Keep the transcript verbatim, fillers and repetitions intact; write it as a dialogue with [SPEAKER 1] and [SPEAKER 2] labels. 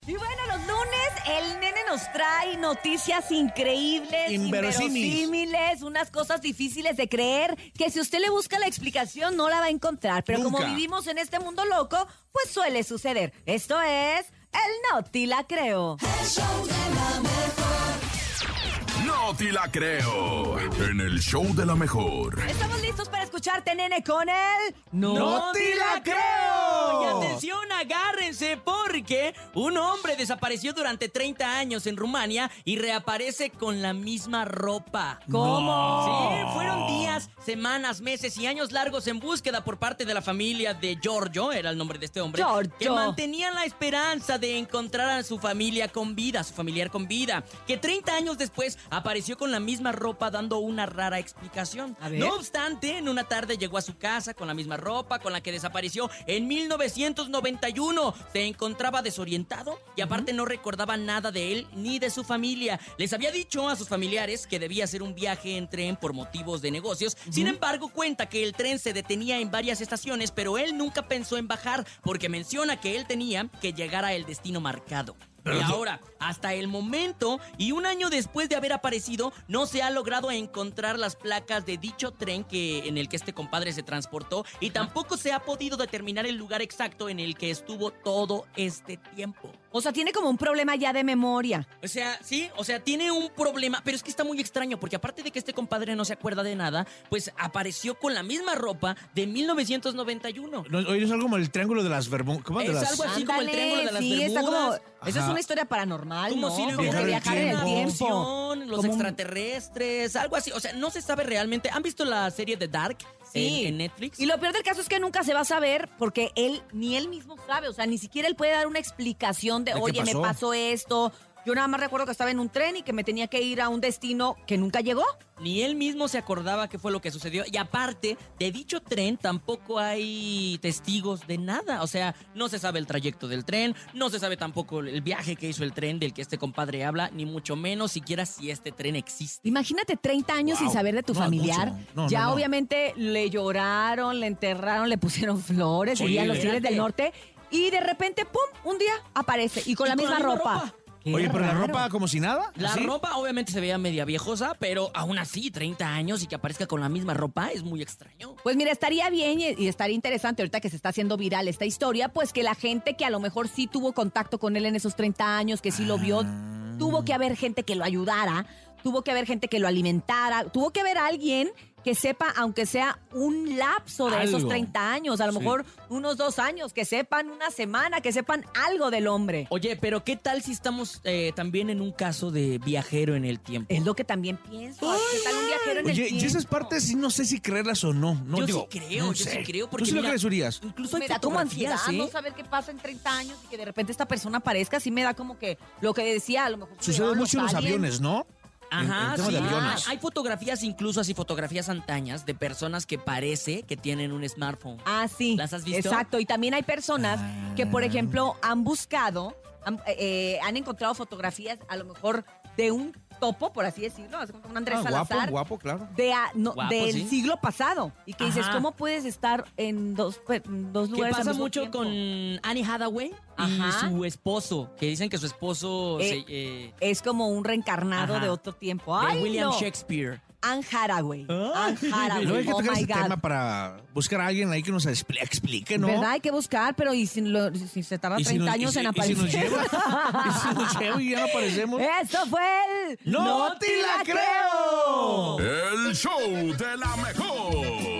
[SPEAKER 1] Y bueno, los lunes el nene nos trae noticias increíbles,
[SPEAKER 2] Inverosímiles.
[SPEAKER 1] inverosímiles, unas cosas difíciles de creer, que si usted le busca la explicación no la va a encontrar. Pero
[SPEAKER 2] Nunca.
[SPEAKER 1] como vivimos en este mundo loco, pues suele suceder. Esto es el No Te La Creo.
[SPEAKER 3] El show de la mejor.
[SPEAKER 4] No te la creo. En el show de la mejor.
[SPEAKER 1] Estamos listos para escucharte, nene, con el
[SPEAKER 2] ¡No te la creo!
[SPEAKER 5] Y atención, agárrense, porque un hombre desapareció durante treinta años en Rumania y reaparece con la misma ropa.
[SPEAKER 1] ¿Cómo?
[SPEAKER 5] Sí, fueron días, semanas, meses y años largos en búsqueda por parte de la familia de Giorgio, era el nombre de este hombre,
[SPEAKER 1] Giorgio.
[SPEAKER 5] que mantenían la esperanza de encontrar a su familia con vida, a su familiar con vida, que treinta años después apareció con la misma ropa dando una rara explicación.
[SPEAKER 1] A ver.
[SPEAKER 5] No obstante, en una tarde llegó a su casa con la misma ropa con la que desapareció en mil novecientos noventa y uno. Se encontraba desorientado y aparte no recordaba nada de él ni de su familia. Les había dicho a sus familiares que debía hacer un viaje en tren por motivos de negocios. Sin embargo, cuenta que el tren se detenía en varias estaciones, pero él nunca pensó en bajar porque menciona que él tenía que llegar al destino marcado. Y ahora, hasta el momento y un año después de haber aparecido, no se ha logrado encontrar las placas de dicho tren que, en el que este compadre se transportó y tampoco se ha podido determinar el lugar exacto en el que estuvo todo este tiempo.
[SPEAKER 1] O sea, tiene como un problema ya de memoria.
[SPEAKER 5] O sea, sí, o sea, tiene un problema, pero es que está muy extraño porque aparte de que este compadre no se acuerda de nada, pues apareció con la misma ropa de mil novecientos noventa y uno.
[SPEAKER 2] No, oye, es algo como el triángulo de las Bermudas. ¿Cómo? De
[SPEAKER 5] Es
[SPEAKER 2] las...
[SPEAKER 5] algo así como el
[SPEAKER 1] Ándale,
[SPEAKER 5] triángulo de las
[SPEAKER 1] sí,
[SPEAKER 5] Bermudas.
[SPEAKER 1] está como... Esa es
[SPEAKER 2] Ajá.
[SPEAKER 1] una historia paranormal,
[SPEAKER 5] Como
[SPEAKER 1] ¿no?
[SPEAKER 5] si le
[SPEAKER 1] Como
[SPEAKER 5] hubiera
[SPEAKER 1] de viajar en el
[SPEAKER 2] la
[SPEAKER 1] tiempo.
[SPEAKER 5] dimensión, los
[SPEAKER 1] Como un-
[SPEAKER 5] extraterrestres, algo así. O sea, no se sabe realmente. ¿Han visto la serie de Dark
[SPEAKER 1] Sí.
[SPEAKER 5] en, en Netflix?
[SPEAKER 1] Y lo peor del caso es que nunca se va a saber porque él, ni él mismo sabe. O sea, ni siquiera él puede dar una explicación de,
[SPEAKER 2] ¿De qué
[SPEAKER 1] oye, me
[SPEAKER 2] pasó?
[SPEAKER 1] pasó esto. Yo nada más recuerdo que estaba en un tren y que me tenía que ir a un destino que nunca llegó.
[SPEAKER 5] Ni él mismo se acordaba qué fue lo que sucedió. Y aparte, de dicho tren tampoco hay testigos de nada. O sea, no se sabe el trayecto del tren, no se sabe tampoco el viaje que hizo el tren del que este compadre habla, ni mucho menos siquiera si este tren existe.
[SPEAKER 1] Imagínate treinta años
[SPEAKER 2] Wow.
[SPEAKER 1] sin saber de tu
[SPEAKER 2] No,
[SPEAKER 1] familiar.
[SPEAKER 2] mucho. No,
[SPEAKER 1] ya
[SPEAKER 2] no, no.
[SPEAKER 1] obviamente le lloraron, le enterraron, le pusieron flores,
[SPEAKER 5] Oye,
[SPEAKER 1] dirían los tigres
[SPEAKER 5] espérate.
[SPEAKER 1] del norte. Y de repente, ¡pum!, un día aparece y con
[SPEAKER 5] Y
[SPEAKER 1] la
[SPEAKER 5] con
[SPEAKER 1] misma
[SPEAKER 5] la misma
[SPEAKER 1] ropa.
[SPEAKER 5] ropa.
[SPEAKER 1] Qué
[SPEAKER 2] Oye, pero la
[SPEAKER 1] raro.
[SPEAKER 2] ropa como si nada.
[SPEAKER 5] La
[SPEAKER 2] ¿Así?
[SPEAKER 5] ropa obviamente se veía media viejosa, pero aún así, treinta años y que aparezca con la misma ropa es muy extraño.
[SPEAKER 1] Pues mira, estaría bien y, y estaría interesante ahorita que se está haciendo viral esta historia, pues que la gente que a lo mejor sí tuvo contacto con él en esos treinta años, que sí lo vio,
[SPEAKER 2] Ah.
[SPEAKER 1] tuvo que haber gente que lo ayudara, tuvo que haber gente que lo alimentara, tuvo que haber alguien que sepa, aunque sea un lapso de esos
[SPEAKER 2] Algo.
[SPEAKER 1] treinta años, a lo
[SPEAKER 2] Sí.
[SPEAKER 1] mejor unos dos años, que sepan una semana, que sepan algo del hombre.
[SPEAKER 5] Oye, pero ¿qué tal si estamos eh, también en un caso de viajero en el tiempo?
[SPEAKER 1] Es lo que también pienso. ¿Qué tal un viajero en el
[SPEAKER 2] Oye,
[SPEAKER 1] tiempo?
[SPEAKER 2] y esas partes sí no sé si creerlas o no. no
[SPEAKER 5] Yo
[SPEAKER 2] digo,
[SPEAKER 5] sí creo,
[SPEAKER 2] no
[SPEAKER 5] yo
[SPEAKER 2] sé.
[SPEAKER 5] sí creo. Porque
[SPEAKER 2] ¿Tú sí lo
[SPEAKER 5] mira,
[SPEAKER 2] crees, Urias?
[SPEAKER 5] Incluso hay
[SPEAKER 1] me da como ansiedad
[SPEAKER 5] fotografías,
[SPEAKER 1] no
[SPEAKER 5] ¿eh?
[SPEAKER 1] saber qué pasa en treinta años y que de repente esta persona aparezca. Sí me da como que lo que decía, a lo mejor... se
[SPEAKER 2] Sucede
[SPEAKER 1] llevaron
[SPEAKER 2] mucho en los
[SPEAKER 1] aliens.
[SPEAKER 2] aviones, ¿no?
[SPEAKER 5] Ajá,
[SPEAKER 2] en tema
[SPEAKER 5] sí.
[SPEAKER 2] de aviones.
[SPEAKER 5] Hay fotografías, incluso así fotografías antañas de personas que parece que tienen un smartphone.
[SPEAKER 1] Ah, sí.
[SPEAKER 5] ¿Las has visto?
[SPEAKER 1] Exacto. Y también hay personas que, por ejemplo, han buscado, han, eh, eh, han encontrado fotografías a lo mejor de un topo, por así decirlo, es como un Andrés
[SPEAKER 2] Ah, guapo,
[SPEAKER 1] Salazar.
[SPEAKER 2] guapo, claro.
[SPEAKER 1] De a- no,
[SPEAKER 5] Guapo,
[SPEAKER 1] del
[SPEAKER 5] sí.
[SPEAKER 1] siglo pasado. Y que dices,
[SPEAKER 5] Ajá.
[SPEAKER 1] ¿cómo puedes estar en dos, pe- en dos
[SPEAKER 5] Que
[SPEAKER 1] lugares al
[SPEAKER 5] pasa
[SPEAKER 1] mismo
[SPEAKER 5] mucho
[SPEAKER 1] tiempo?
[SPEAKER 5] con Annie Hathaway y
[SPEAKER 1] Ajá.
[SPEAKER 5] su esposo, que dicen que su esposo
[SPEAKER 1] Eh,
[SPEAKER 5] se- eh,
[SPEAKER 1] Es como un reencarnado
[SPEAKER 5] Ajá.
[SPEAKER 1] de otro tiempo.
[SPEAKER 5] de
[SPEAKER 1] ¡Ay,
[SPEAKER 5] William
[SPEAKER 1] no!
[SPEAKER 5] Shakespeare.
[SPEAKER 1] Anne Hathaway.
[SPEAKER 5] Ay.
[SPEAKER 1] Anne Hathaway.
[SPEAKER 2] Luego hay que
[SPEAKER 1] Oh
[SPEAKER 2] tocar
[SPEAKER 1] my
[SPEAKER 2] este
[SPEAKER 1] God.
[SPEAKER 2] tema para buscar a alguien ahí que nos expli- explique, ¿no?
[SPEAKER 1] ¿Verdad? Hay que buscar, pero ¿y si, lo- si se tarda
[SPEAKER 2] ¿Y si
[SPEAKER 1] treinta
[SPEAKER 2] nos-
[SPEAKER 1] años
[SPEAKER 2] y si-
[SPEAKER 1] en
[SPEAKER 2] y si
[SPEAKER 1] aparecer?
[SPEAKER 2] nos lleva? ¿Y si nos lleva y ya no aparecemos?
[SPEAKER 1] ¡Eso fue el...
[SPEAKER 2] ¡No te la creo!
[SPEAKER 4] El show de la mejor.